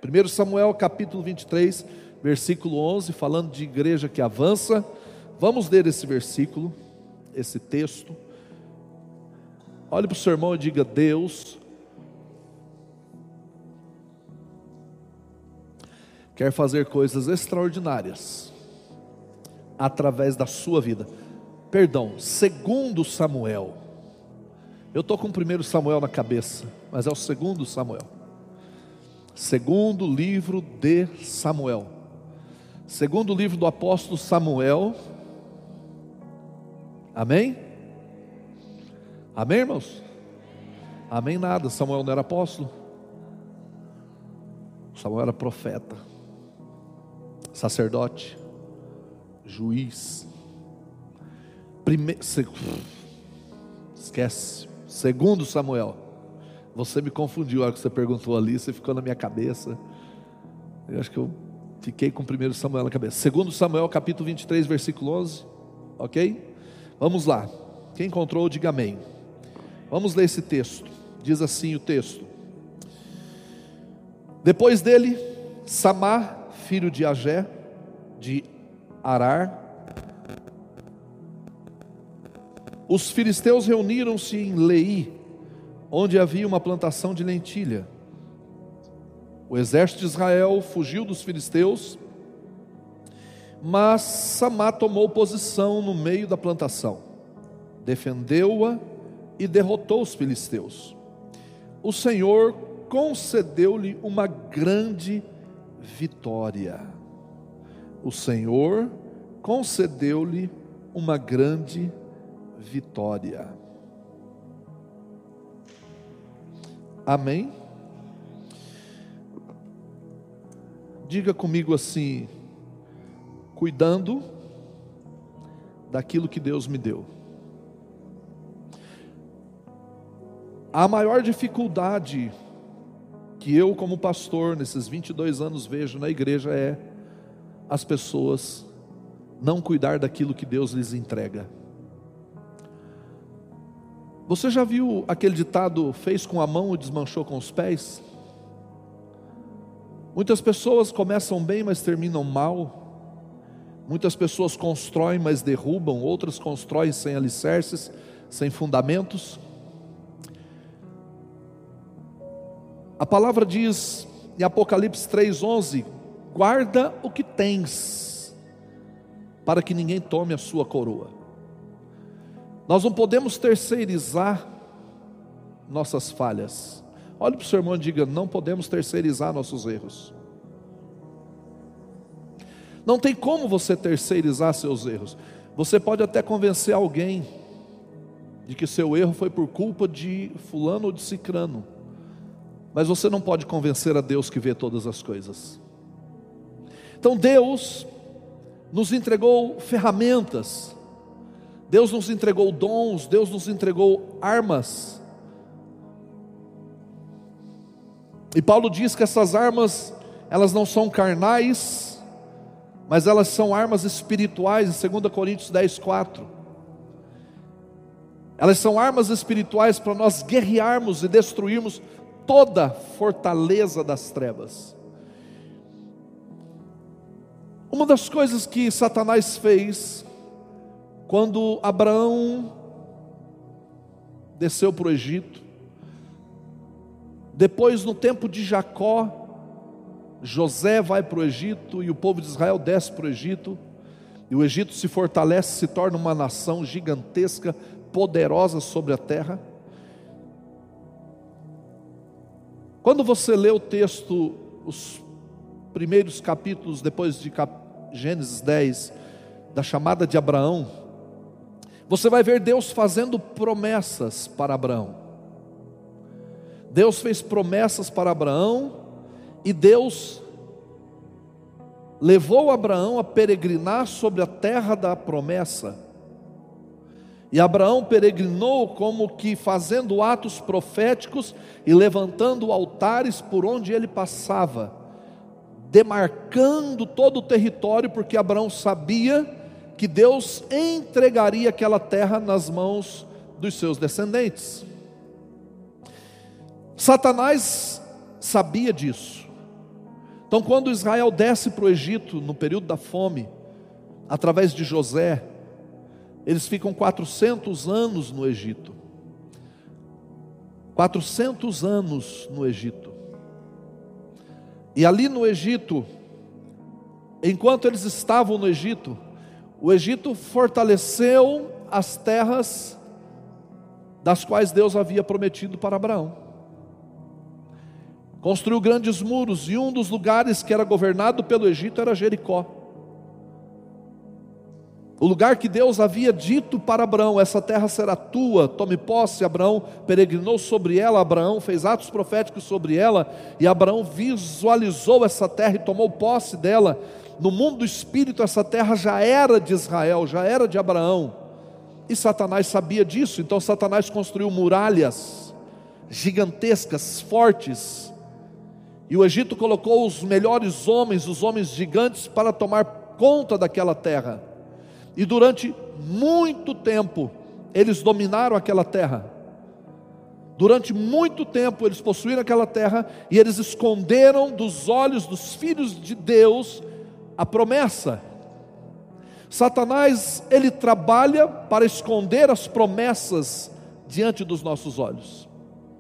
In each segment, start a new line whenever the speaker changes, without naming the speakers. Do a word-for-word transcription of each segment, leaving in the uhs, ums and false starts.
primeiro Samuel capítulo vinte e três, versículo onze, falando de igreja que avança. Vamos ler esse versículo, esse texto. Olhe para o seu irmão e diga: Deus quer fazer coisas extraordinárias através da sua vida. Perdão, segundo Samuel. Eu estou com o primeiro Samuel na cabeça, mas é o segundo Samuel. Segundo livro de Samuel. Segundo livro do apóstolo Samuel. Amém? Amém, irmãos? Amém nada, Samuel não era apóstolo. Samuel era profeta, sacerdote, juiz. Prime... Se... Esquece. Segundo Samuel. Você me confundiu a hora que você perguntou ali, você ficou na minha cabeça. Eu acho que eu fiquei com o primeiro Samuel na cabeça. Segundo Samuel capítulo vinte e três, versículo onze. Ok? Vamos lá. Quem encontrou, diga amém. Vamos ler esse texto. Diz assim o texto: depois dele, Samá, filho de Agé, de Arar, os filisteus reuniram-se em Leí, onde havia uma plantação de lentilha. O exército de Israel fugiu dos filisteus, mas Samá tomou posição no meio da plantação, defendeu-a e derrotou os filisteus. O Senhor concedeu-lhe uma grande vitória. O Senhor concedeu-lhe uma grande vitória. Amém? Diga comigo assim: cuidando daquilo que Deus me deu. A maior dificuldade que eu, como pastor, nesses vinte e dois anos vejo na igreja é as pessoas não cuidar daquilo que Deus lhes entrega. Você já viu aquele ditado: fez com a mão e desmanchou com os pés? Muitas pessoas começam bem, mas terminam mal. Muitas pessoas constroem, mas derrubam. Outras constroem sem alicerces, sem fundamentos. A palavra diz em Apocalipse três, onze: guarda o que tens, para que ninguém tome a sua coroa. Nós não podemos terceirizar nossas falhas. Olhe para o seu irmão e diga: não podemos terceirizar nossos erros. Não tem como você terceirizar seus erros. Você pode até convencer alguém de que seu erro foi por culpa de fulano ou de cicrano, mas você não pode convencer a Deus que vê todas as coisas. Então Deus nos entregou ferramentas, Deus nos entregou dons, Deus nos entregou armas. E Paulo diz que essas armas, elas não são carnais, mas elas são armas espirituais, em segunda Coríntios dez, quatro. Elas são armas espirituais para nós guerrearmos e destruirmos toda fortaleza das trevas. Uma das coisas que Satanás fez quando Abraão desceu para o Egito, depois no tempo de Jacó, José vai para o Egito e o povo de Israel desce para o Egito, e o Egito se fortalece, se torna uma nação gigantesca, poderosa sobre a terra. Quando você lê o texto, os primeiros capítulos, depois de Gênesis dez, da chamada de Abraão, você vai ver Deus fazendo promessas para Abraão. Deus fez promessas para Abraão, e Deus levou Abraão a peregrinar sobre a terra da promessa. E Abraão peregrinou como que fazendo atos proféticos e levantando altares por onde ele passava, demarcando todo o território, porque Abraão sabia que Deus entregaria aquela terra nas mãos dos seus descendentes. Satanás sabia disso, Então, quando Israel desce para o Egito, no período da fome, através de José, eles ficam quatrocentos anos no Egito. quatrocentos anos no Egito. E ali no Egito, enquanto eles estavam no Egito, o Egito fortaleceu as terras das quais Deus havia prometido para Abraão. Construiu grandes muros, e um dos lugares que era governado pelo Egito era Jericó. O lugar que Deus havia dito para Abraão: essa terra será tua, tome posse. Abraão peregrinou sobre ela, Abraão fez atos proféticos sobre ela, e Abraão visualizou essa terra e tomou posse dela. No mundo do Espírito, essa terra já era de Israel, já era de Abraão, e Satanás sabia disso. Então Satanás construiu muralhas gigantescas, fortes, e o Egito colocou os melhores homens, os homens gigantes, para tomar conta daquela terra. E durante muito tempo eles dominaram aquela terra. Durante muito tempo eles possuíram aquela terra, e eles esconderam dos olhos dos filhos de Deus a promessa. Satanás, ele trabalha para esconder as promessas diante dos nossos olhos.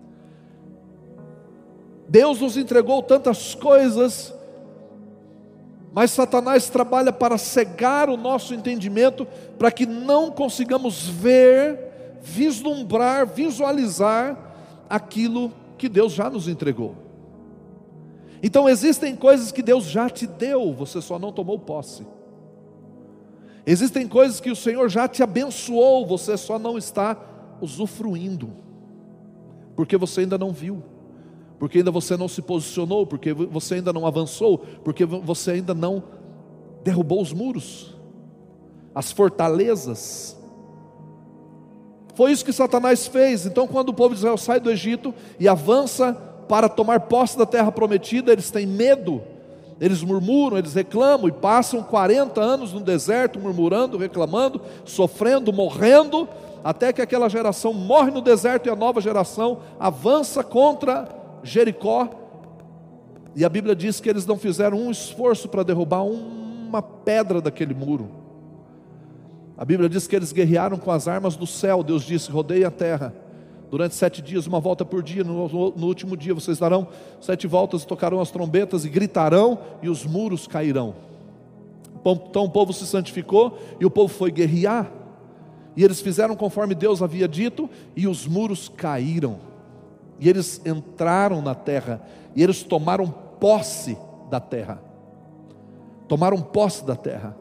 Deus nos entregou tantas coisas, mas Satanás trabalha para cegar o nosso entendimento, para que não consigamos ver, vislumbrar, visualizar aquilo que Deus já nos entregou. Então existem coisas que Deus já te deu, você só não tomou posse. Existem coisas que o Senhor já te abençoou, você só não está usufruindo, porque você ainda não viu, porque ainda você não se posicionou, porque você ainda não avançou, porque você ainda não derrubou os muros, as fortalezas. Foi isso que Satanás fez. Então, quando o povo de Israel sai do Egito e avança para tomar posse da terra prometida, eles têm medo, eles murmuram, eles reclamam, e passam quarenta anos no deserto, murmurando, reclamando, sofrendo, morrendo, até que aquela geração morre no deserto, e a nova geração avança contra Jericó, e a Bíblia diz que eles não fizeram um esforço para derrubar uma pedra daquele muro. A Bíblia diz que eles guerrearam com as armas do céu. Deus disse: rodeiem a terra durante sete dias, uma volta por dia. No, no último dia vocês darão sete voltas, tocarão as trombetas e gritarão, e os muros cairão. Então o povo se santificou, e o povo foi guerrear, e eles fizeram conforme Deus havia dito, e os muros caíram. E eles entraram na terra, e eles tomaram posse da terra. Tomaram posse da terra.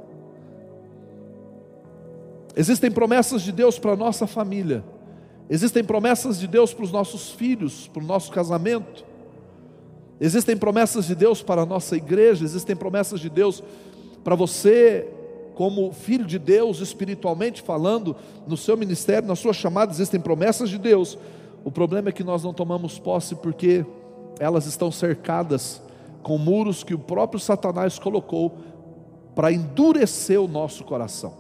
Existem promessas de Deus para a nossa família. Existem promessas de Deus para os nossos filhos, para o nosso casamento. Existem promessas de Deus para a nossa igreja. Existem promessas de Deus para você, como filho de Deus, espiritualmente falando, no seu ministério, na sua chamada. Existem promessas de Deus. O problema é que nós não tomamos posse, porque elas estão cercadas com muros que o próprio Satanás colocou para endurecer o nosso coração.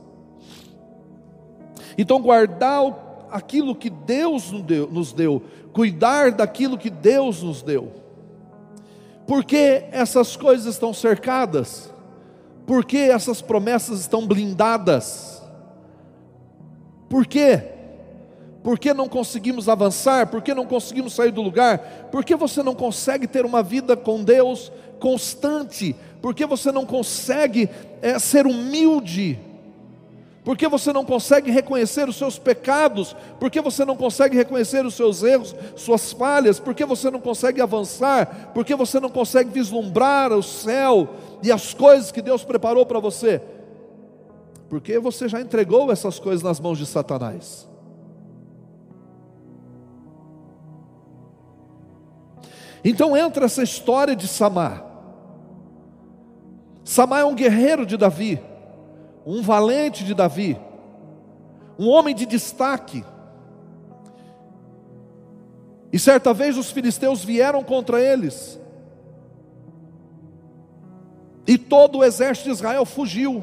Então, guardar aquilo que Deus nos deu, cuidar daquilo que Deus nos deu. Por que essas coisas estão cercadas? Por que essas promessas estão blindadas? Por quê? Por que não conseguimos avançar? Por que não conseguimos sair do lugar? Por que você não consegue ter uma vida com Deus constante? Por que você não consegue é, ser humilde? Por que você não consegue reconhecer os seus pecados? Por que você não consegue reconhecer os seus erros, suas falhas? Por que você não consegue avançar? Por que você não consegue vislumbrar o céu e as coisas que Deus preparou para você? Porque você já entregou essas coisas nas mãos de Satanás. Então entra essa história de Samá. Samá é um guerreiro de Davi, um valente de Davi, um homem de destaque. E certa vez os filisteus vieram contra eles, e todo o exército de Israel fugiu.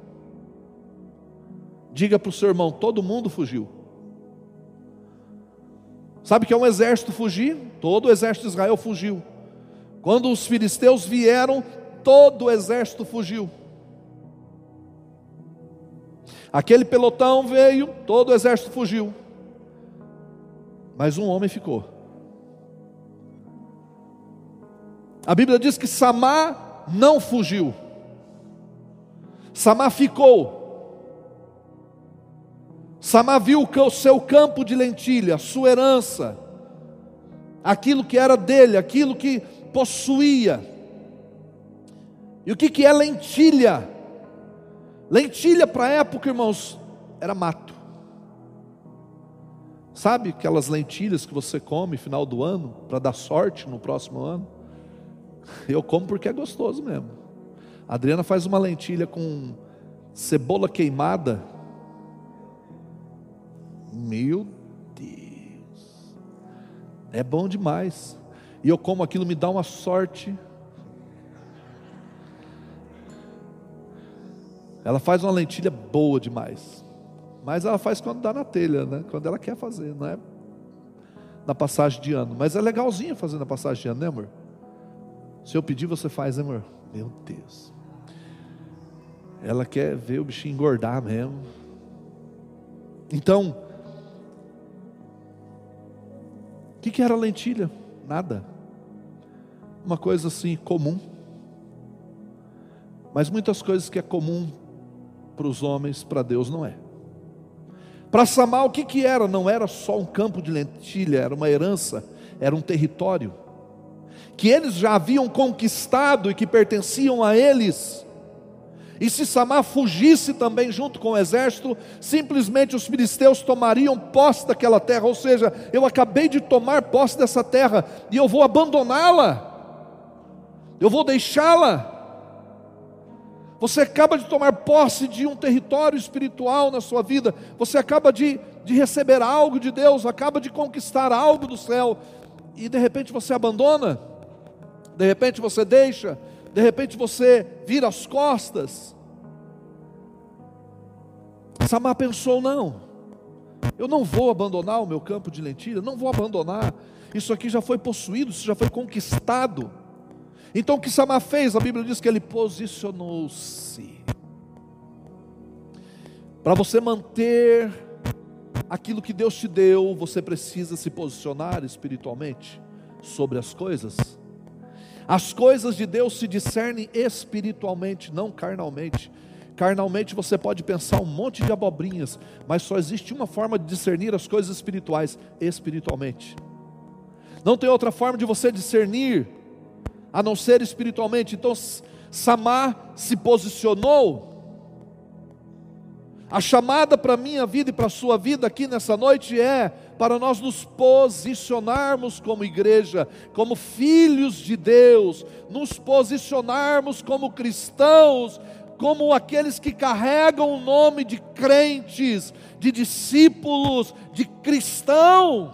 Diga para o seu irmão: todo mundo fugiu. Sabe o que é um exército fugir? Todo o exército de Israel fugiu. Quando os filisteus vieram, todo o exército fugiu. Aquele pelotão veio, todo o exército fugiu. Mas um homem ficou. A Bíblia diz que Samar não fugiu. Samar ficou. Samar viu o seu campo de lentilha, a sua herança, aquilo que era dele, aquilo que possuía. E o que que é lentilha? Lentilha para a época, irmãos, era mato. Sabe aquelas lentilhas que você come no final do ano, para dar sorte no próximo ano? Eu como porque é gostoso mesmo. A Adriana faz uma lentilha com cebola queimada. Meu Deus, é bom demais. E eu como aquilo, me dá uma sorte. Ela faz uma lentilha boa demais. Mas ela faz quando dá na telha, né? Quando ela quer fazer, não é na passagem de ano. Mas é legalzinho fazer na passagem de ano, né, amor? Se eu pedir, você faz, né, amor? Meu Deus. Ela quer ver o bichinho engordar mesmo. Então, o que que era lentilha? Nada. Uma coisa assim, comum. Mas muitas coisas que é comum para os homens, para Deus não é. Para Samar, o que que era? Não era só um campo de lentilha, era uma herança, era um território que eles já haviam conquistado e que pertenciam a eles. E se Samar fugisse também junto com o exército, simplesmente os filisteus tomariam posse daquela terra. Ou seja, eu acabei de tomar posse dessa terra e eu vou abandoná-la, eu vou deixá-la. Você acaba de tomar posse de um território espiritual na sua vida. Você acaba de, de receber algo de Deus, acaba de conquistar algo do céu, e de repente você abandona, de repente você deixa, de repente você vira as costas. Samar pensou: não, eu não vou abandonar o meu campo de lentilha, não vou abandonar, isso aqui já foi possuído, isso já foi conquistado. Então o que Samar fez? A Bíblia diz que ele posicionou-se. Para você manter aquilo que Deus te deu, você precisa se posicionar espiritualmente sobre as coisas. As coisas de Deus se discernem espiritualmente, não carnalmente. Carnalmente você pode pensar um monte de abobrinhas, mas só existe uma forma de discernir as coisas espirituais: espiritualmente. Não tem outra forma de você discernir a não ser espiritualmente. Então Samar se posicionou. A chamada para a minha vida e para a sua vida aqui nessa noite é para nós nos posicionarmos como igreja, como filhos de Deus, nos posicionarmos como cristãos, como aqueles que carregam o nome de crentes, de discípulos, de cristão.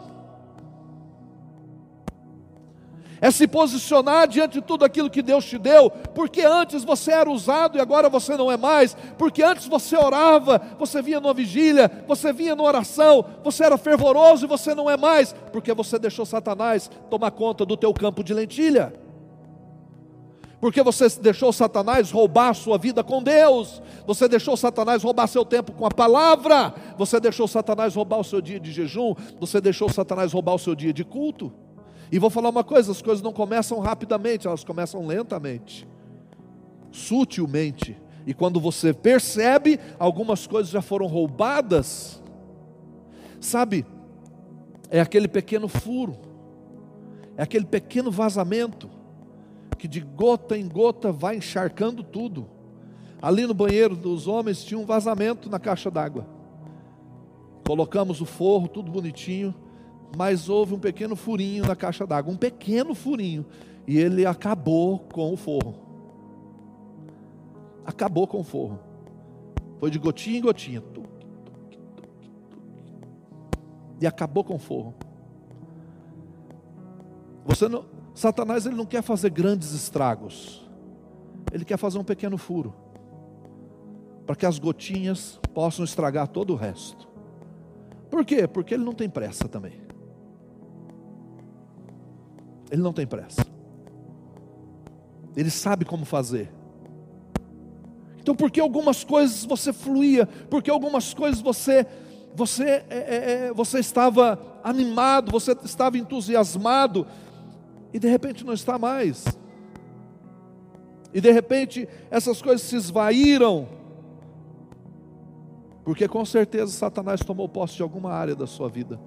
É se posicionar diante de tudo aquilo que Deus te deu, porque antes você era usado e agora você não é mais, porque antes você orava, você vinha numa vigília, você vinha numa oração, você era fervoroso e você não é mais, porque você deixou Satanás tomar conta do teu campo de lentilha, porque você deixou Satanás roubar a sua vida com Deus, você deixou Satanás roubar seu tempo com a palavra, você deixou Satanás roubar o seu dia de jejum, você deixou Satanás roubar o seu dia de culto. E vou falar uma coisa: as coisas não começam rapidamente, elas começam lentamente, sutilmente. E quando você percebe, algumas coisas já foram roubadas. Sabe, é aquele pequeno furo, é aquele pequeno vazamento, que de gota em gota vai encharcando tudo. Ali no banheiro dos homens tinha um vazamento na caixa d'água. Colocamos o forro, tudo bonitinho, mas houve um pequeno furinho na caixa d'água, um pequeno furinho, e ele acabou com o forro. Acabou com o forro. Foi de gotinha em gotinha, tuc, tuc, tuc, tuc, e acabou com o forro. Você não, Satanás ele não quer fazer grandes estragos, ele quer fazer um pequeno furo, para que as gotinhas possam estragar todo o resto. Por quê? Porque ele não tem pressa também. Ele não tem pressa. Ele sabe como fazer. Então, porque algumas coisas você fluía, porque algumas coisas você, você, é, é, você estava animado, você estava entusiasmado, e de repente não está mais. E de repente essas coisas se esvaíram, porque com certeza Satanás tomou posse de alguma área da sua vida.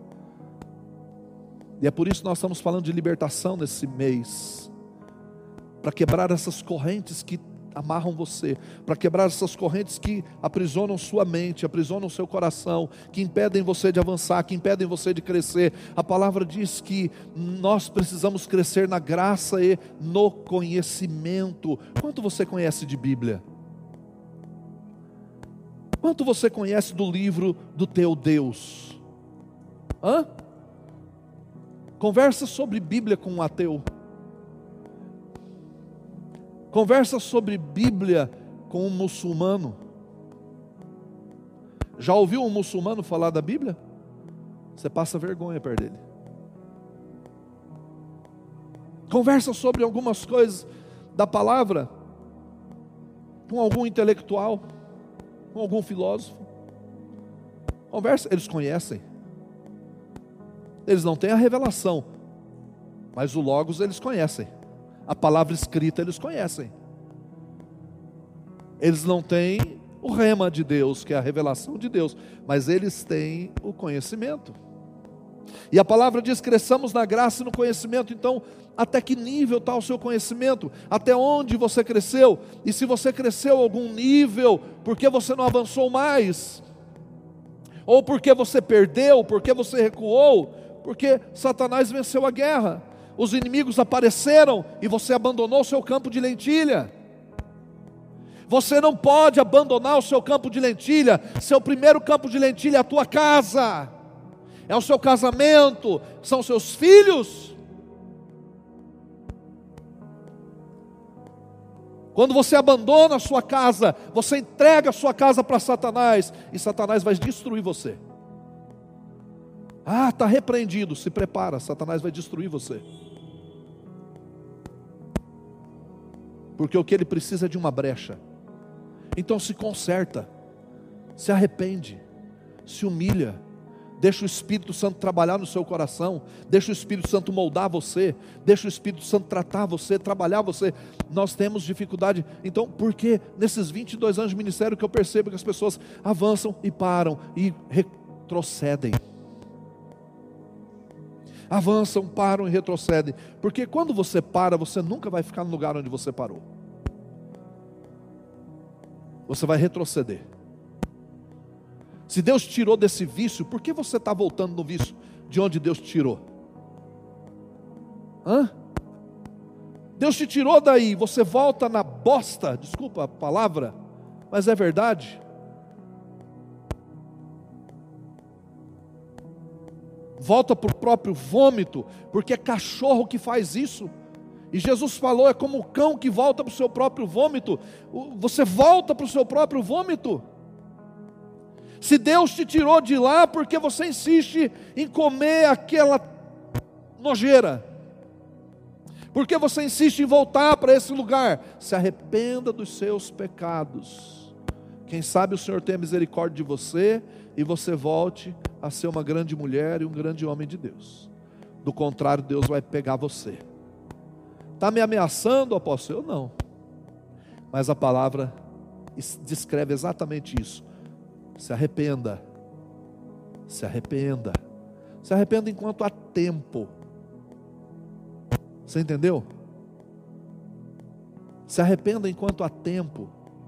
E é por isso que nós estamos falando de libertação nesse mês, para quebrar essas correntes que amarram você, para quebrar essas correntes que aprisionam sua mente, aprisionam seu coração, que impedem você de avançar, que impedem você de crescer. A palavra diz que nós precisamos crescer na graça e no conhecimento. Quanto você conhece de Bíblia? Quanto você conhece do livro do teu Deus? Hã? Conversa sobre Bíblia com um ateu. Conversa sobre Bíblia com um muçulmano. Já ouviu um muçulmano falar da Bíblia? Você passa vergonha perto dele. Conversa sobre algumas coisas da palavra com algum intelectual, com algum filósofo. Conversa, eles conhecem. Eles não têm a revelação, mas o Logos eles conhecem. A palavra escrita eles conhecem. Eles não têm o rema de Deus, que é a revelação de Deus, mas eles têm o conhecimento. E a palavra diz: cresçamos na graça e no conhecimento. Então, até que nível está o seu conhecimento? Até onde você cresceu? E se você cresceu a algum nível, por que você não avançou mais? Ou porque você perdeu, porque você recuou? Porque Satanás venceu a guerra. Os inimigos apareceram e você abandonou o seu campo de lentilha. Você não pode abandonar o seu campo de lentilha. Seu primeiro campo de lentilha é a tua casa, é o seu casamento, são seus filhos. Quando você abandona a sua casa, você entrega a sua casa para Satanás, e Satanás vai destruir você. Ah, está repreendido, se prepara, Satanás vai destruir você. Porque o que ele precisa é de uma brecha. Então se conserta, se arrepende, se humilha, deixa o Espírito Santo trabalhar no seu coração, deixa o Espírito Santo moldar você, deixa o Espírito Santo tratar você, trabalhar você. Nós temos dificuldade. Então, por que nesses vinte e dois anos de ministério que eu percebo que as pessoas avançam e param e retrocedem? Avançam, param e retrocedem. Porque quando você para, você nunca vai ficar no lugar onde você parou. Você vai retroceder. Se Deus tirou desse vício, por que você está voltando no vício de onde Deus te tirou? Hã? Deus te tirou daí, você volta na bosta, desculpa a palavra, mas é verdade. Volta para o próprio vômito, porque é cachorro que faz isso. E Jesus falou, é como o cão que volta para o seu próprio vômito. Você volta para o seu próprio vômito. Se Deus te tirou de lá, porque você insiste em comer aquela nojeira? Porque você insiste em voltar para esse lugar? Se arrependa dos seus pecados. Quem sabe o Senhor tenha misericórdia de você e você volte a ser uma grande mulher e um grande homem de Deus. Do contrário, Deus vai pegar você. Está me ameaçando, apóstolo? Eu não. Mas a palavra descreve exatamente isso. Se arrependa. Se arrependa. Se arrependa enquanto há tempo. Você entendeu? Se arrependa enquanto há tempo.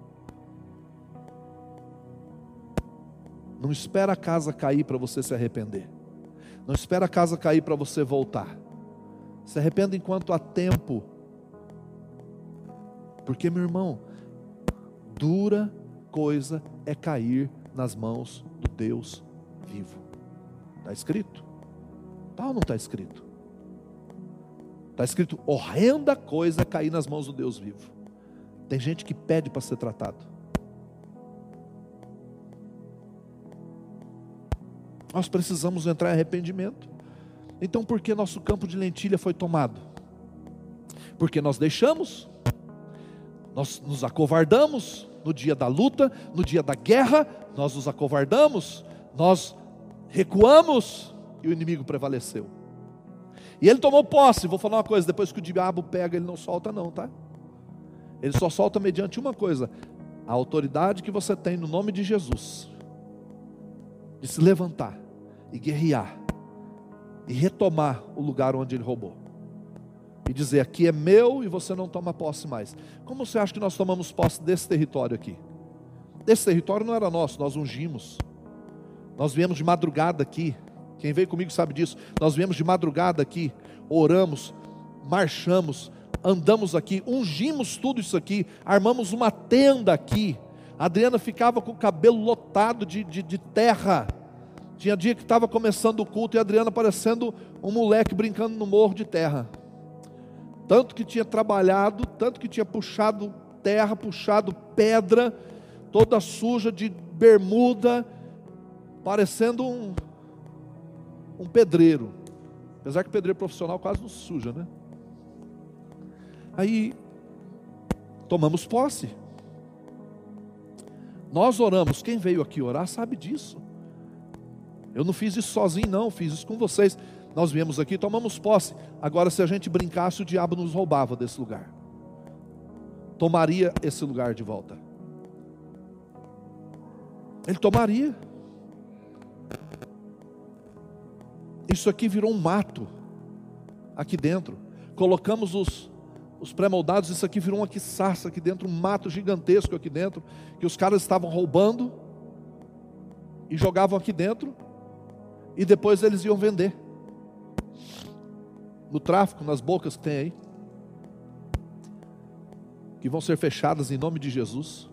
Não espera a casa cair para você se arrepender. Não espera a casa cair para você voltar. Se arrependa enquanto há tempo. Porque, meu irmão, dura coisa é cair nas mãos do Deus vivo. Está escrito? Está ou não está escrito? Está escrito, horrenda coisa é cair nas mãos do Deus vivo. Tem gente que pede para ser tratado. Nós precisamos entrar em arrependimento. Então por que nosso campo de lentilha foi tomado? Porque nós deixamos. Nós nos acovardamos no dia da luta, no dia da guerra, nós nos acovardamos, nós recuamos e o inimigo prevaleceu. E ele tomou posse. Vou falar uma coisa, depois que o diabo pega, ele não solta não, tá? Ele só solta mediante uma coisa: a autoridade que você tem no nome de Jesus, de se levantar e guerrear, e retomar o lugar onde ele roubou, e dizer: aqui é meu, e você não toma posse mais. Como você acha que nós tomamos posse desse território aqui? Esse território não era nosso, nós ungimos. Nós viemos de madrugada aqui. Quem veio comigo sabe disso. Nós viemos de madrugada aqui, oramos, marchamos, andamos aqui, ungimos tudo isso aqui, armamos uma tenda aqui. A Adriana ficava com o cabelo lotado de, de, de terra. Tinha dia que estava começando o culto e a Adriana parecendo um moleque brincando no morro de terra. Tanto que tinha trabalhado, tanto que tinha puxado terra, puxado pedra, toda suja de bermuda, parecendo um, um pedreiro. Apesar que o pedreiro profissional quase não suja, né? Aí, tomamos posse. Nós oramos. Quem veio aqui orar sabe disso. Eu não fiz isso sozinho não, fiz isso com vocês. Nós viemos aqui, tomamos posse. Agora, se a gente brincasse, o diabo nos roubava desse lugar. Tomaria esse lugar de volta. Ele tomaria. Isso aqui virou um mato aqui dentro. Colocamos os, os pré-moldados, isso aqui virou uma quiçaça aqui dentro, um mato gigantesco aqui dentro, que os caras estavam roubando e jogavam aqui dentro, e depois eles iam vender no tráfico, nas bocas que tem aí, que vão ser fechadas em nome de Jesus.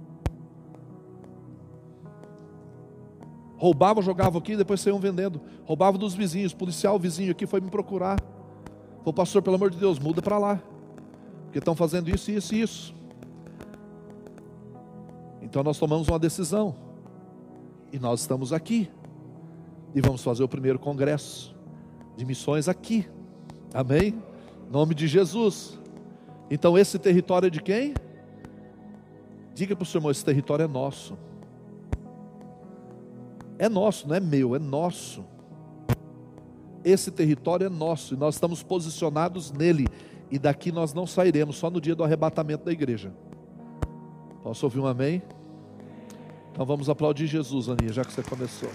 Roubavam, jogavam aqui, depois saíam vendendo. Roubavam dos vizinhos. O policial, o vizinho aqui foi me procurar. Falei: pastor, pelo amor de Deus, muda para lá, porque estão fazendo isso, isso e isso. Então nós tomamos uma decisão. E nós estamos aqui. E vamos fazer o primeiro congresso de missões aqui. Amém? Em nome de Jesus. Então esse território é de quem? Diga para o seu irmão: esse território é nosso. É nosso, não é meu, é nosso. Esse território é nosso e nós estamos posicionados nele. E daqui nós não sairemos, só no dia do arrebatamento da igreja. Posso ouvir um amém? Então vamos aplaudir Jesus, Aninha, já que você começou.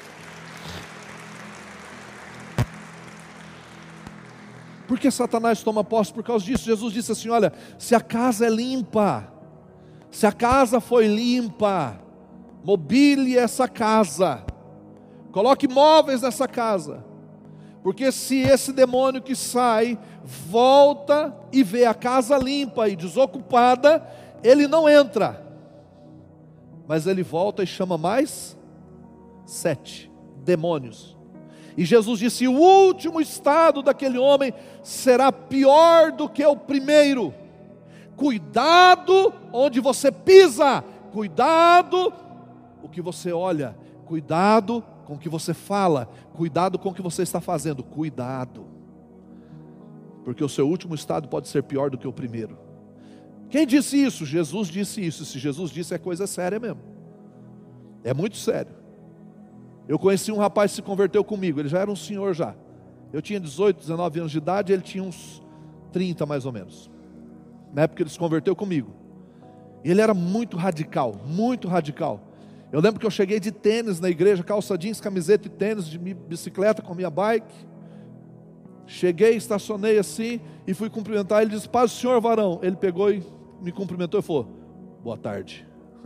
Por que Satanás toma posse? Por causa disso. Jesus disse assim: olha, se a casa é limpa, se a casa foi limpa, mobile essa casa, coloque móveis nessa casa, porque se esse demônio que sai, volta e vê a casa limpa e desocupada, ele não entra, mas ele volta e chama mais sete demônios. E Jesus disse: o último estado daquele homem será pior do que o primeiro. Cuidado onde você pisa, cuidado o que você olha, cuidado com o que você fala, cuidado com o que você está fazendo, cuidado, porque o seu último estado pode ser pior do que o primeiro. Quem disse isso? Jesus disse isso. Se Jesus disse, é coisa séria mesmo, é muito sério. Eu conheci um rapaz que se converteu comigo, ele já era um senhor já, eu tinha dezoito, dezenove anos de idade, ele tinha uns trinta mais ou menos, na época ele se converteu comigo, e ele era muito radical, muito radical. Eu lembro que eu cheguei de tênis na igreja, calça jeans, camiseta e tênis, de bicicleta com minha bike. Cheguei, estacionei assim e fui cumprimentar. Ele disse: paz do senhor, varão. Ele pegou e me cumprimentou e falou: boa tarde.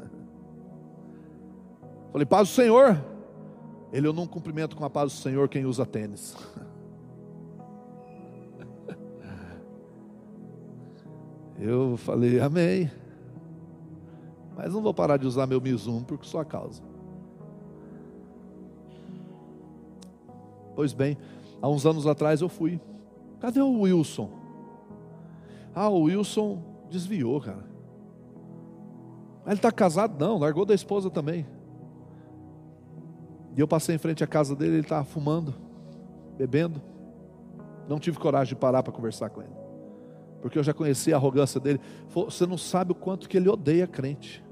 Falei: paz do senhor. Ele: eu não cumprimento com a paz do senhor quem usa tênis. Eu falei: amém. Mas não vou parar de usar meu Mizuno por sua causa. Pois bem, há uns anos atrás eu fui. Cadê o Wilson? Ah, o Wilson desviou, cara. Ele está casado? Não, largou da esposa também. E eu passei em frente à casa dele, ele estava fumando, bebendo. Não tive coragem de parar para conversar com ele. porque eu já conheci a arrogância dele. Você não sabe o quanto que ele odeia crente.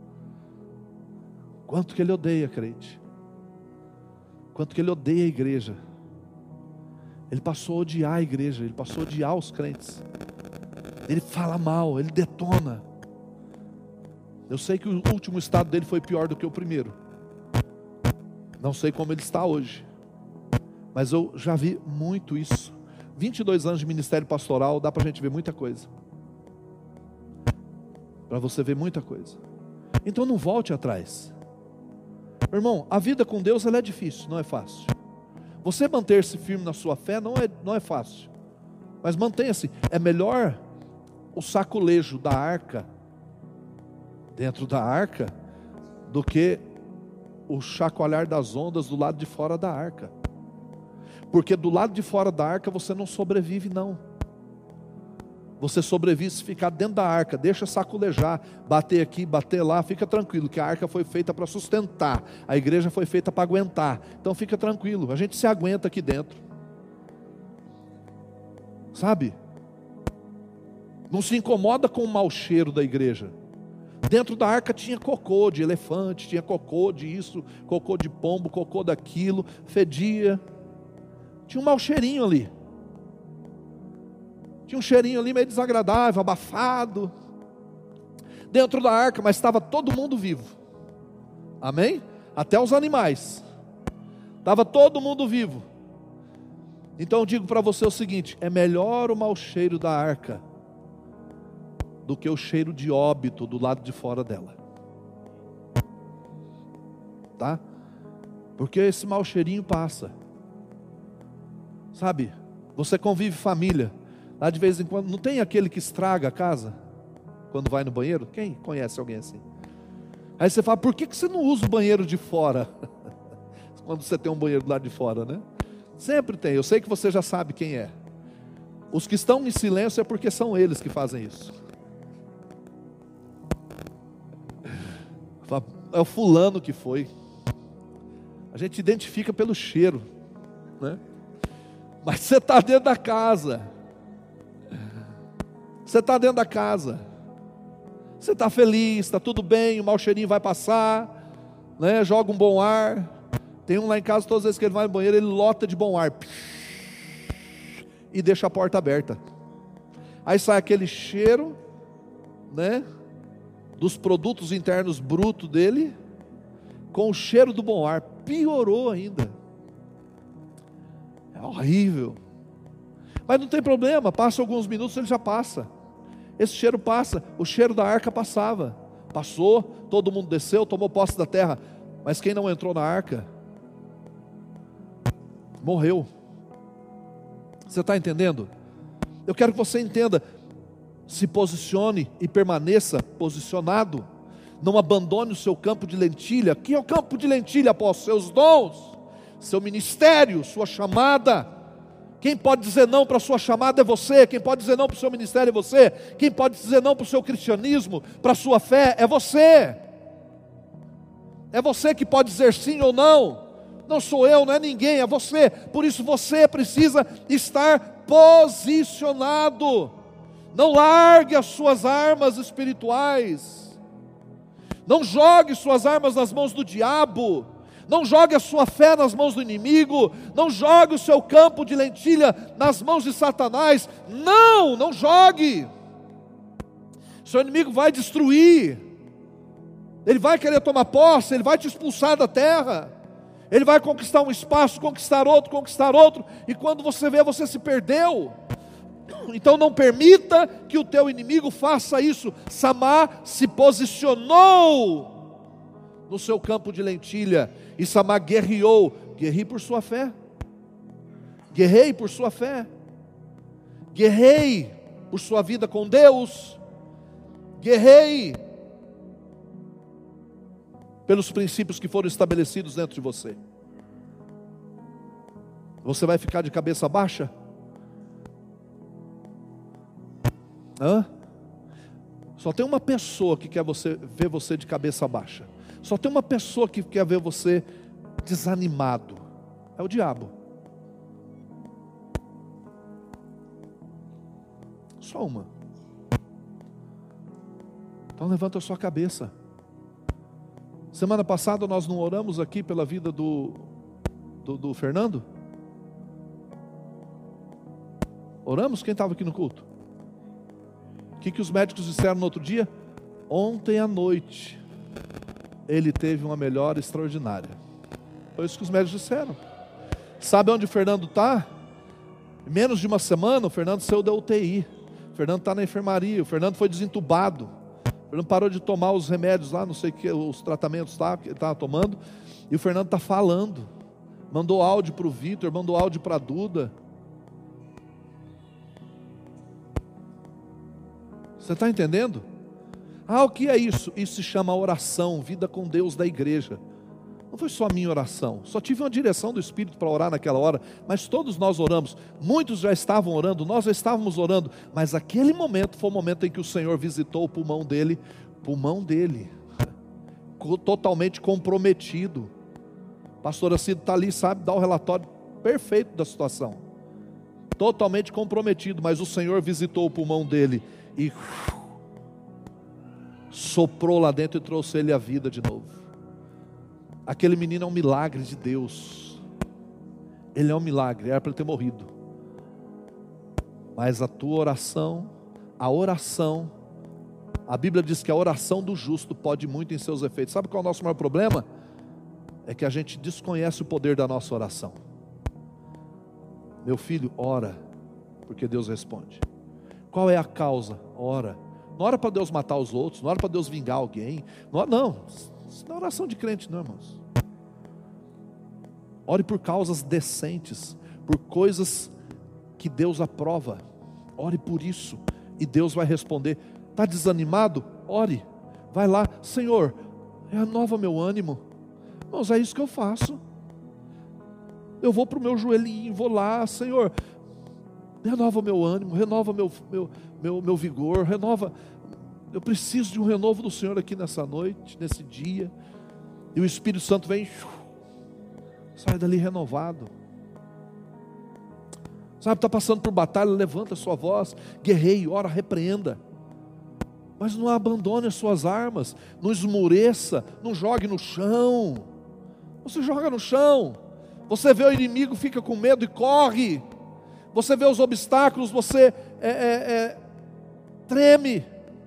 Quanto que ele odeia crente. Quanto que ele odeia a igreja. Ele passou a odiar a igreja, ele passou a odiar os crentes. Ele fala mal, ele detona. Eu sei que o último estado dele foi pior do que o primeiro. Não sei como ele está hoje, mas eu já vi muito isso. vinte e dois anos de ministério pastoral, dá para a gente ver muita coisa. Para você ver muita coisa. Então não volte atrás. Irmão, a vida com Deus ela é difícil, não é fácil. Você manter-se firme na sua fé não é, não é fácil. Mas mantenha-se. É melhor o sacolejo da arca, dentro da arca, do que o chacoalhar das ondas do lado de fora da arca. Porque do lado de fora da arca você não sobrevive não. Você sobrevive se ficar dentro da arca, deixa sacolejar, bater aqui, bater lá, fica tranquilo, que a arca foi feita para sustentar, a igreja foi feita para aguentar, então fica tranquilo, a gente se aguenta aqui dentro, sabe? Não se incomoda com o mau cheiro da igreja. Dentro da arca tinha cocô de elefante, tinha cocô de isso, cocô de pombo, cocô daquilo, fedia, tinha um mau cheirinho ali. Tinha um cheirinho ali meio desagradável, abafado, dentro da arca, mas estava todo mundo vivo, amém? Até os animais, estava todo mundo vivo. Então eu digo para você o seguinte: é melhor o mau cheiro da arca, do que o cheiro de óbito do lado de fora dela, tá? Porque esse mau cheirinho passa, sabe? Você convive família, lá de vez em quando, não tem aquele que estraga a casa, quando vai no banheiro? Quem conhece alguém assim? Aí você fala, por que que você não usa o banheiro de fora? Quando você tem um banheiro do lado de fora, né? Sempre tem, eu sei que você já sabe quem é. Os que estão em silêncio é porque são eles que fazem isso. É o fulano que foi. A gente identifica pelo cheiro, né? Mas você está dentro da casa. Você está dentro da casa. Você está feliz, está tudo bem, o mau cheirinho vai passar, né? Joga um bom ar. Tem um lá em casa, todas as vezes que ele vai no banheiro, ele lota de bom ar. E deixa a porta aberta. Aí sai aquele cheiro, né? Dos produtos internos brutos dele, com o cheiro do bom ar. Piorou ainda. É horrível. Mas não tem problema, passa alguns minutos, ele já passa. Esse cheiro passa, o cheiro da arca passava. Passou, todo mundo desceu, tomou posse da terra. Mas quem não entrou na arca, morreu. Você está entendendo? Eu quero que você entenda. Se posicione e permaneça posicionado. Não abandone o seu campo de lentilha. Que é o campo de lentilha, apóstolo? Seus dons, seu ministério, sua chamada. Quem pode dizer não para a sua chamada é você. Quem pode dizer não para o seu ministério é você. Quem pode dizer não para o seu cristianismo, para a sua fé, é você. É você que pode dizer sim ou não. Não sou eu, não é ninguém, é você. Por isso você precisa estar posicionado. Não largue as suas armas espirituais. Não jogue suas armas nas mãos do diabo. Não jogue a sua fé nas mãos do inimigo. Não jogue o seu campo de lentilha nas mãos de Satanás. Não, não jogue. Seu inimigo vai destruir. Ele vai querer tomar posse, ele vai te expulsar da terra. Ele vai conquistar um espaço, conquistar outro, conquistar outro. E quando você vê, você se perdeu. Então não permita que o teu inimigo faça isso. Samá se posicionou no seu campo de lentilha. E Samá guerreou. Guerrei por sua fé. Guerrei por sua fé. Guerrei por sua vida com Deus. Guerrei pelos princípios que foram estabelecidos dentro de você. Você vai ficar de cabeça baixa? Hã? Só tem uma pessoa que quer você, ver você de cabeça baixa. Só tem uma pessoa que quer ver você desanimado. É o diabo. Só uma. Então levanta a sua cabeça. Semana passada nós não oramos aqui pela vida do, do, do Fernando? Oramos? Quem estava aqui no culto? O que, que os médicos disseram no outro dia? Ontem à noite ele teve uma melhora extraordinária. Foi isso que os médicos disseram. Sabe onde o Fernando está? Em menos de uma semana o Fernando saiu da U T I. O Fernando está na enfermaria. O Fernando foi desentubado. O Fernando parou de tomar os remédios lá, não sei o que, os tratamentos lá que ele estava tomando. E o Fernando está falando. Mandou áudio para o Vitor, mandou áudio para a Duda. Você está entendendo? Ah, o que é isso? Isso se chama oração, vida com Deus da igreja. Não foi só a minha oração, só tive uma direção do Espírito para orar naquela hora, mas todos nós oramos, muitos já estavam orando, nós já estávamos orando, mas aquele momento foi o momento em que o Senhor visitou o pulmão dele, pulmão dele, totalmente comprometido. A pastora Cida está ali, sabe, dá o relatório perfeito da situação, totalmente comprometido, mas o Senhor visitou o pulmão dele, e soprou lá dentro e trouxe ele à vida de novo. Aquele menino é um milagre de Deus. Ele é um milagre, era para ele ter morrido. Mas a tua oração, a oração, a Bíblia diz que a oração do justo pode muito em seus efeitos. Sabe qual é o nosso maior problema? É que a gente desconhece o poder da nossa oração. Meu filho, ora, porque Deus responde. Qual é a causa? Ora. Não ora para Deus matar os outros, não ora para Deus vingar alguém. Não, não, isso não é oração de crente não, irmãos. Ore por causas decentes, por coisas que Deus aprova. Ore por isso e Deus vai responder. Está desanimado? Ore. Vai lá, Senhor, renova meu ânimo. Irmãos, é isso que eu faço. Eu vou para o meu joelhinho, vou lá, Senhor, renova o meu ânimo, renova meu, meu, meu, meu vigor, renova. Eu preciso de um renovo do Senhor aqui nessa noite, nesse dia. E o Espírito Santo vem, sai dali renovado. Sabe, está passando por batalha, levanta a sua voz, guerreie, ora, repreenda. Mas não abandone as suas armas, não esmoreça, não jogue no chão. Você joga no chão, você vê o inimigo, fica com medo e corre. Você vê os obstáculos, você é, é, é, treme.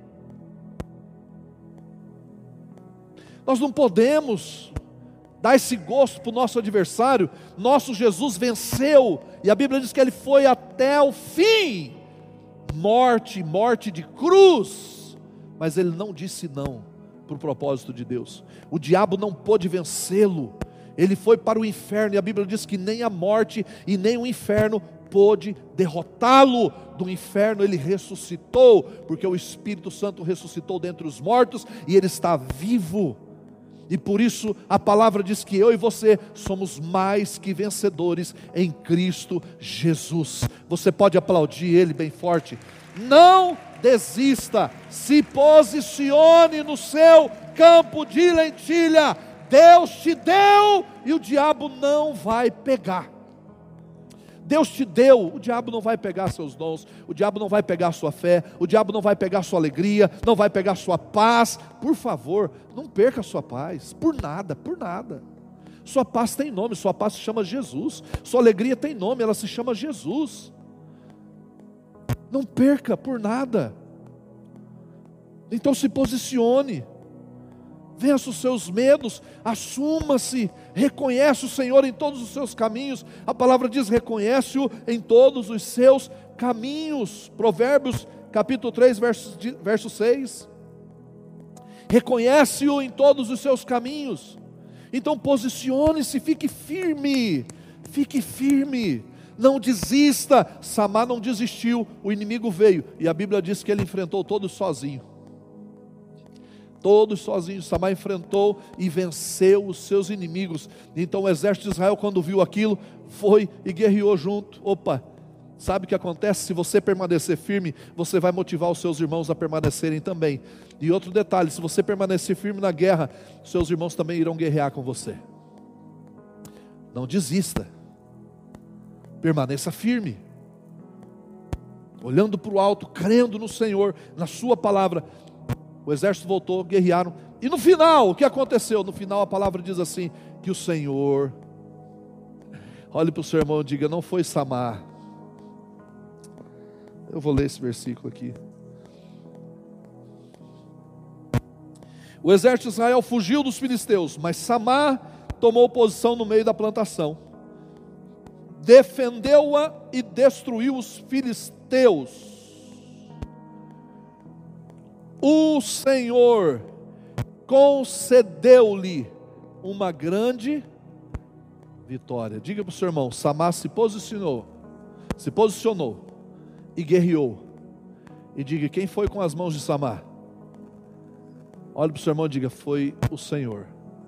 Nós não podemos dar esse gosto para o nosso adversário. Nosso Jesus venceu, e a Bíblia diz que ele foi até o fim. Morte, morte de cruz. Mas ele não disse não para o propósito de Deus. O diabo não pôde vencê-lo. Ele foi para o inferno, e a Bíblia diz que nem a morte e nem o inferno pôde derrotá-lo. Do inferno ele ressuscitou, porque o Espírito Santo ressuscitou dentre os mortos, e ele está vivo. E por isso a palavra diz que eu e você somos mais que vencedores em Cristo Jesus. Você pode aplaudir ele bem forte. Não desista, se posicione no seu campo de lentilha. Deus te deu e o diabo não vai pegar. Deus te deu, o diabo não vai pegar seus dons, o diabo não vai pegar sua fé, o diabo não vai pegar sua alegria, não vai pegar sua paz. Por favor, não perca a sua paz, por nada, por nada. Sua paz tem nome, sua paz se chama Jesus, sua alegria tem nome, ela se chama Jesus. Não perca por nada. Então se posicione. Vença os seus medos, assuma-se, reconhece o Senhor em todos os seus caminhos. A palavra diz, reconhece-o em todos os seus caminhos. Provérbios capítulo três, verso, verso seis. Reconhece-o em todos os seus caminhos. Então posicione-se, fique firme, fique firme, não desista. Samar não desistiu, o inimigo veio, e a Bíblia diz que ele enfrentou todos sozinho. Todos sozinhos, Samar enfrentou e venceu os seus inimigos. Então o exército de Israel, quando viu aquilo, foi e guerreou junto. Opa, sabe o que acontece? Se você permanecer firme, você vai motivar os seus irmãos a permanecerem também. E outro detalhe, se você permanecer firme na guerra, seus irmãos também irão guerrear com você. Não desista, permaneça firme. olhando para o alto, crendo no Senhor, na sua palavra. O exército voltou, guerrearam. E no final, o que aconteceu? No final a palavra diz assim, que o Senhor, olhe para o seu irmão e diga, não foi Samar. Eu vou ler esse versículo aqui. O exército de Israel fugiu dos filisteus, mas Samar tomou posição no meio da plantação, defendeu-a e destruiu os filisteus. O Senhor concedeu-lhe uma grande vitória. Diga para o seu irmão, Samar se posicionou, se posicionou e guerreou. E diga, quem foi com as mãos de Samar? Olhe para o seu irmão e diga, foi o Senhor.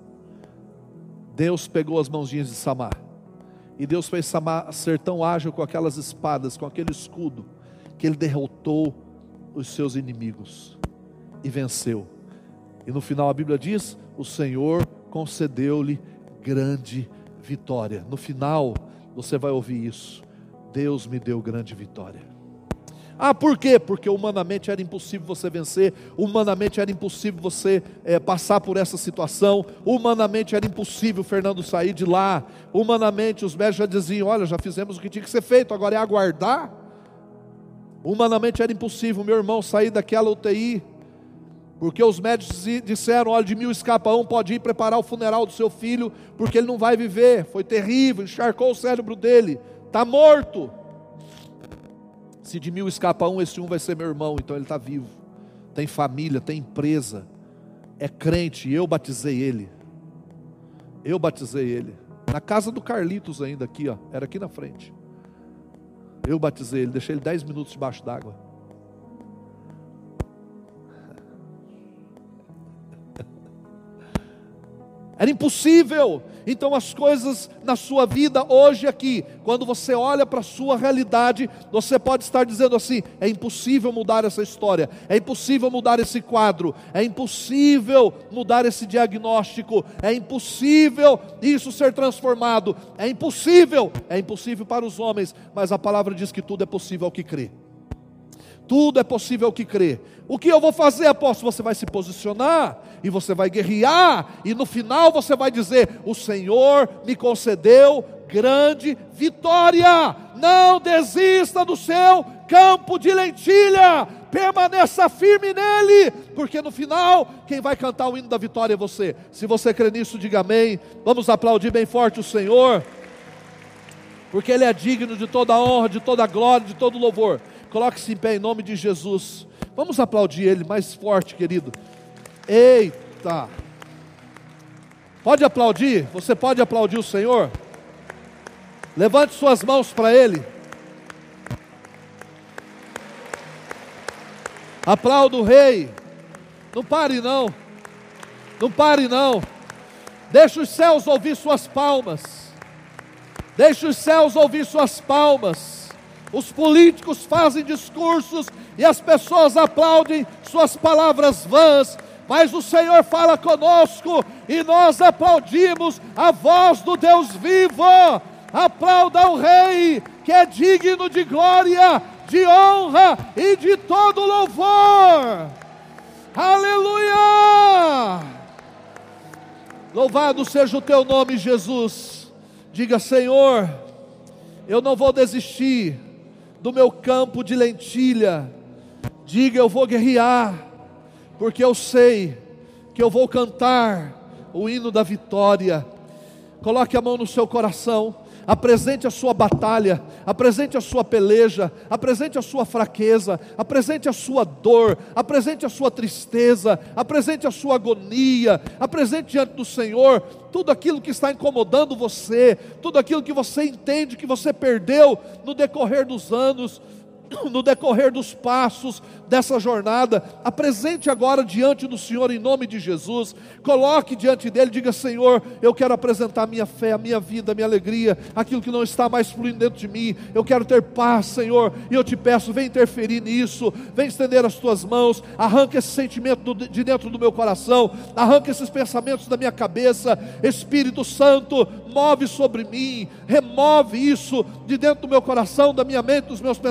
Deus pegou as mãozinhas de Samar, e Deus fez Samar ser tão ágil com aquelas espadas, com aquele escudo, que ele derrotou os seus inimigos e venceu. E no final a Bíblia diz, o Senhor concedeu-lhe grande vitória. No final você vai ouvir isso, Deus me deu grande vitória. Ah, por quê? Porque humanamente era impossível você vencer, humanamente era impossível você é, passar por essa situação, humanamente era impossível Fernando sair de lá, humanamente os médicos já diziam, olha, já fizemos o que tinha que ser feito, agora é aguardar. Humanamente era impossível meu irmão sair daquela U T I, porque os médicos disseram, olha, de mil escapa um, pode ir preparar o funeral do seu filho, porque ele não vai viver, foi terrível, encharcou o cérebro dele, está morto. Se de mil escapa um, esse um vai ser meu irmão, então ele está vivo, tem família, tem empresa, é crente, e eu batizei ele, eu batizei ele, na casa do Carlitos ainda aqui, ó, era aqui na frente, eu batizei ele, deixei ele dez minutos debaixo d'água. Era impossível. Então as coisas na sua vida hoje aqui, quando você olha para a sua realidade, você pode estar dizendo assim, é impossível mudar essa história, é impossível mudar esse quadro, é impossível mudar esse diagnóstico, é impossível isso ser transformado, é impossível, é impossível para os homens, mas a palavra diz que tudo é possível ao que crê. Tudo é possível ao que crê. O que eu vou fazer, apóstolo? Você vai se posicionar, e você vai guerrear, e no final você vai dizer, o Senhor me concedeu grande vitória. Não desista do seu campo de lentilha, permaneça firme nele, porque no final, quem vai cantar o hino da vitória é você. Se você crê nisso, diga amém. Vamos aplaudir bem forte o Senhor, porque Ele é digno de toda a honra, de toda a glória, de todo louvor. Coloque-se em pé em nome de Jesus. Vamos aplaudir Ele mais forte, querido. Eita! Pode aplaudir? Você pode aplaudir o Senhor? Levante suas mãos para Ele. Aplauda o Rei. Não pare não. Não pare não. Deixa os céus ouvir suas palmas. Deixa os céus ouvir suas palmas. Os políticos fazem discursos e as pessoas aplaudem suas palavras vãs, mas o Senhor fala conosco e nós aplaudimos a voz do Deus vivo. Aplauda o Rei, que é digno de glória, de honra e de todo louvor. Aleluia! Louvado seja o teu nome, Jesus. Diga, Senhor, eu não vou desistir do meu campo de lentilha. Diga, eu vou guerrear, porque eu sei que eu vou cantar o hino da vitória. Coloque a mão no seu coração, apresente a sua batalha, apresente a sua peleja, apresente a sua fraqueza, apresente a sua dor, apresente a sua tristeza, apresente a sua agonia, apresente diante do Senhor tudo aquilo que está incomodando você, tudo aquilo que você entende que você perdeu no decorrer dos anos, no decorrer dos passos dessa jornada. Apresente agora diante do Senhor em nome de Jesus. Coloque diante dele, diga, Senhor, eu quero apresentar a minha fé, a minha vida, a minha alegria, aquilo que não está mais fluindo dentro de mim. Eu quero ter paz, Senhor, e eu te peço, vem interferir nisso, vem estender as tuas mãos, arranca esse sentimento de dentro do meu coração, arranca esses pensamentos da minha cabeça. Espírito Santo, move sobre mim, remove isso de dentro do meu coração, da minha mente, dos meus pensamentos.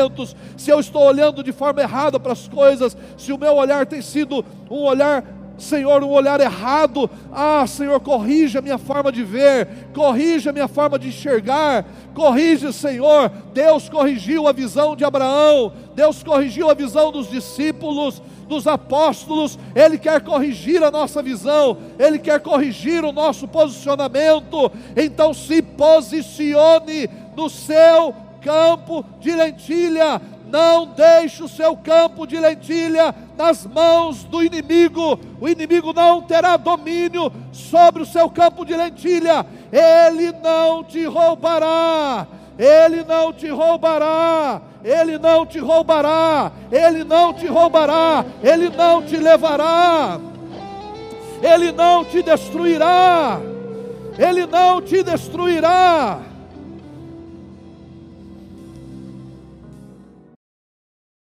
pensamentos, se eu estou olhando de forma errada para as coisas, se o meu olhar tem sido um olhar, Senhor, um olhar errado, ah, Senhor, corrija a minha forma de ver, corrija a minha forma de enxergar, corrige, Senhor. Deus corrigiu a visão de Abraão, Deus corrigiu a visão dos discípulos, dos apóstolos. Ele quer corrigir a nossa visão, Ele quer corrigir o nosso posicionamento. Então se posicione no seu campo de lentilha, não deixe o seu campo de lentilha nas mãos do inimigo. O inimigo não terá domínio sobre o seu campo de lentilha. Ele não te roubará, Ele não te roubará, Ele não te roubará, Ele não te roubará, Ele não te levará, Ele não te destruirá, Ele não te destruirá.